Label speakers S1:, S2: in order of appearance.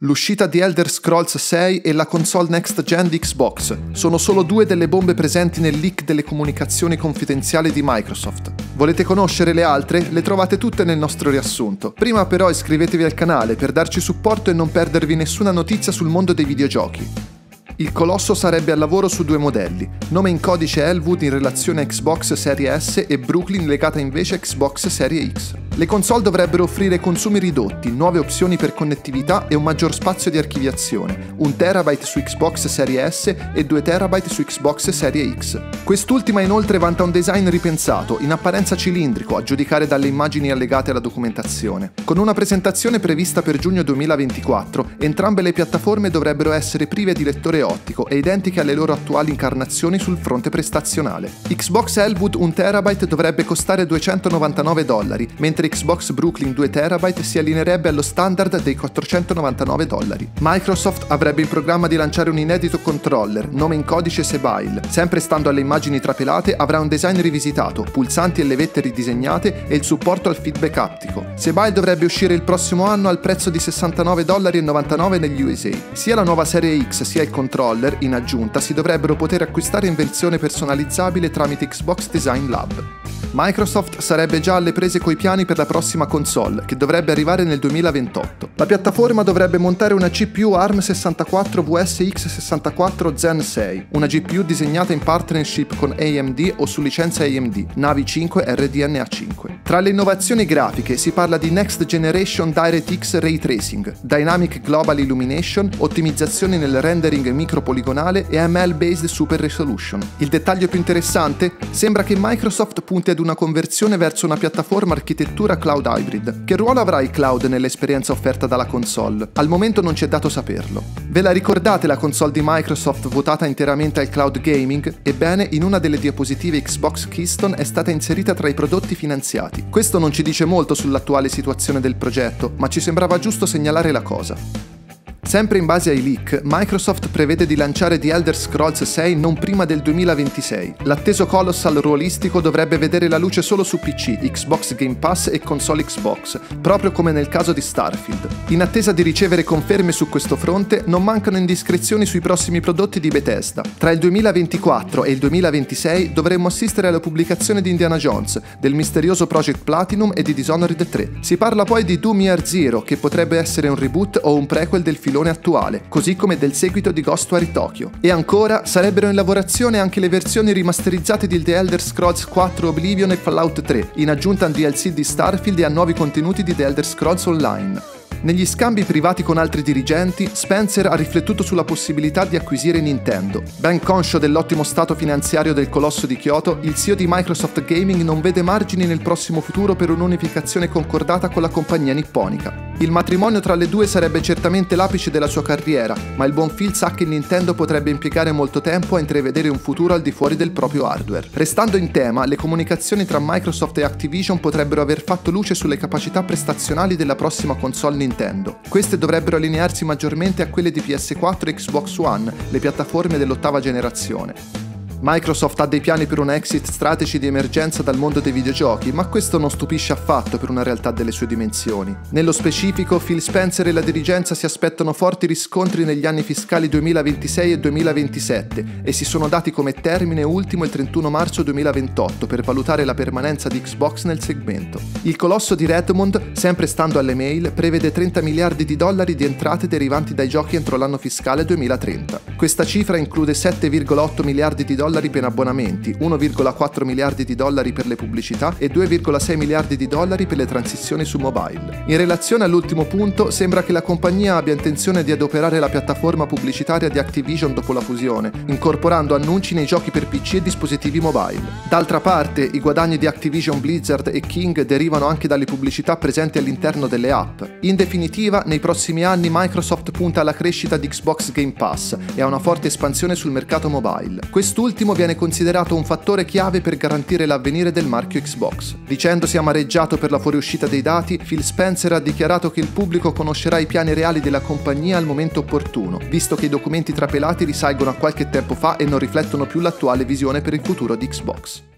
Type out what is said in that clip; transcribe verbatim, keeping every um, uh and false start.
S1: L'uscita di Elder Scrolls sei e la console next gen di Xbox sono solo due delle bombe presenti nel leak delle comunicazioni confidenziali di Microsoft. Volete conoscere le altre? Le trovate tutte nel nostro riassunto. Prima però iscrivetevi al canale per darci supporto e non perdervi nessuna notizia sul mondo dei videogiochi. Il colosso sarebbe al lavoro su due modelli, nome in codice Elwood in relazione a Xbox Serie S e Brooklyn legata invece a Xbox Serie X. Le console dovrebbero offrire consumi ridotti, nuove opzioni per connettività e un maggior spazio di archiviazione, un terabyte su Xbox Serie S e due terabyte su Xbox Serie X. Quest'ultima inoltre vanta un design ripensato, in apparenza cilindrico, a giudicare dalle immagini allegate alla documentazione. Con una presentazione prevista per giugno duemilaventiquattro, entrambe le piattaforme dovrebbero essere prive di lettore ottico e identiche alle loro attuali incarnazioni sul fronte prestazionale. Xbox Elwood un terabyte dovrebbe costare duecentonovantanove dollari, mentre Xbox Brooklyn due terabyte si allineerebbe allo standard dei quattrocentonovantanove dollari. Microsoft avrebbe in programma di lanciare un inedito controller, nome in codice Sebile. Sempre stando alle immagini trapelate, avrà un design rivisitato, pulsanti e levette ridisegnate e il supporto al feedback aptico. Sebile dovrebbe uscire il prossimo anno al prezzo di sessantanove dollari e novantanove negli U S A. Sia la nuova serie X sia il controller, in aggiunta, si dovrebbero poter acquistare in versione personalizzabile tramite Xbox Design Lab. Microsoft sarebbe già alle prese coi piani per la prossima console, che dovrebbe arrivare nel duemilaventotto. La piattaforma dovrebbe montare una C P U ARM sessantaquattro V S X sessantaquattro Zen sei, una G P U disegnata in partnership con A M D o su licenza A M D, Navi cinque R D N A cinque. Tra le innovazioni grafiche si parla di Next Generation DirectX Ray Tracing, Dynamic Global Illumination, ottimizzazioni nel rendering micropoligonale e M L-based Super Resolution. Il dettaglio più interessante? Sembra che Microsoft punti ad una conversione verso una piattaforma architettura cloud hybrid. Che ruolo avrà il cloud nell'esperienza offerta dalla console? Al momento non ci è dato saperlo. Ve la ricordate la console di Microsoft votata interamente al cloud gaming? Ebbene, in una delle diapositive Xbox Keystone è stata inserita tra i prodotti finanziati. Questo non ci dice molto sull'attuale situazione del progetto, ma ci sembrava giusto segnalare la cosa. Sempre in base ai leak, Microsoft prevede di lanciare The Elder Scrolls sei non prima del duemilaventisei. L'atteso colossal ruolistico dovrebbe vedere la luce solo su P C, Xbox Game Pass e console Xbox, proprio come nel caso di Starfield. In attesa di ricevere conferme su questo fronte, non mancano indiscrezioni sui prossimi prodotti di Bethesda. Tra il duemilaventiquattro e il duemilaventisei dovremmo assistere alla pubblicazione di Indiana Jones, del misterioso Project Platinum e di Dishonored tre. Si parla poi di Doom Year Zero, che potrebbe essere un reboot o un prequel del film attuale, così come del seguito di Ghostwire Tokyo. E ancora, sarebbero in lavorazione anche le versioni rimasterizzate di The Elder Scrolls quattro Oblivion e Fallout tre, in aggiunta a D L C di Starfield e a nuovi contenuti di The Elder Scrolls Online. Negli scambi privati con altri dirigenti, Spencer ha riflettuto sulla possibilità di acquisire Nintendo. Ben conscio dell'ottimo stato finanziario del colosso di Kyoto, il C E O di Microsoft Gaming non vede margini nel prossimo futuro per un'unificazione concordata con la compagnia nipponica. Il matrimonio tra le due sarebbe certamente l'apice della sua carriera, ma il buon Phil sa che Nintendo potrebbe impiegare molto tempo a intravedere un futuro al di fuori del proprio hardware. Restando in tema, le comunicazioni tra Microsoft e Activision potrebbero aver fatto luce sulle capacità prestazionali della prossima console Nintendo. Queste dovrebbero allinearsi maggiormente a quelle di P S quattro e Xbox One, le piattaforme dell'ottava generazione. Microsoft ha dei piani per una exit strategy di emergenza dal mondo dei videogiochi, ma questo non stupisce affatto per una realtà delle sue dimensioni. Nello specifico, Phil Spencer e la dirigenza si aspettano forti riscontri negli anni fiscali duemilaventisei e duemilaventisette e si sono dati come termine ultimo il trentuno marzo duemilaventotto per valutare la permanenza di Xbox nel segmento. Il colosso di Redmond, sempre stando alle mail, prevede trenta miliardi di dollari di entrate derivanti dai giochi entro l'anno fiscale duemilatrenta. Questa cifra include sette virgola otto miliardi di dollari per abbonamenti, uno virgola quattro miliardi di dollari per le pubblicità e due virgola sei miliardi di dollari per le transizioni su mobile. In relazione all'ultimo punto, sembra che la compagnia abbia intenzione di adoperare la piattaforma pubblicitaria di Activision dopo la fusione, incorporando annunci nei giochi per P C e dispositivi mobile. D'altra parte, i guadagni di Activision Blizzard e King derivano anche dalle pubblicità presenti all'interno delle app. In definitiva, nei prossimi anni Microsoft punta alla crescita di Xbox Game Pass e a una forte espansione sul mercato mobile. Quest'ultimo viene considerato un fattore chiave per garantire l'avvenire del marchio Xbox. Dicendosi amareggiato per la fuoriuscita dei dati, Phil Spencer ha dichiarato che il pubblico conoscerà i piani reali della compagnia al momento opportuno, visto che i documenti trapelati risalgono a qualche tempo fa e non riflettono più l'attuale visione per il futuro di Xbox.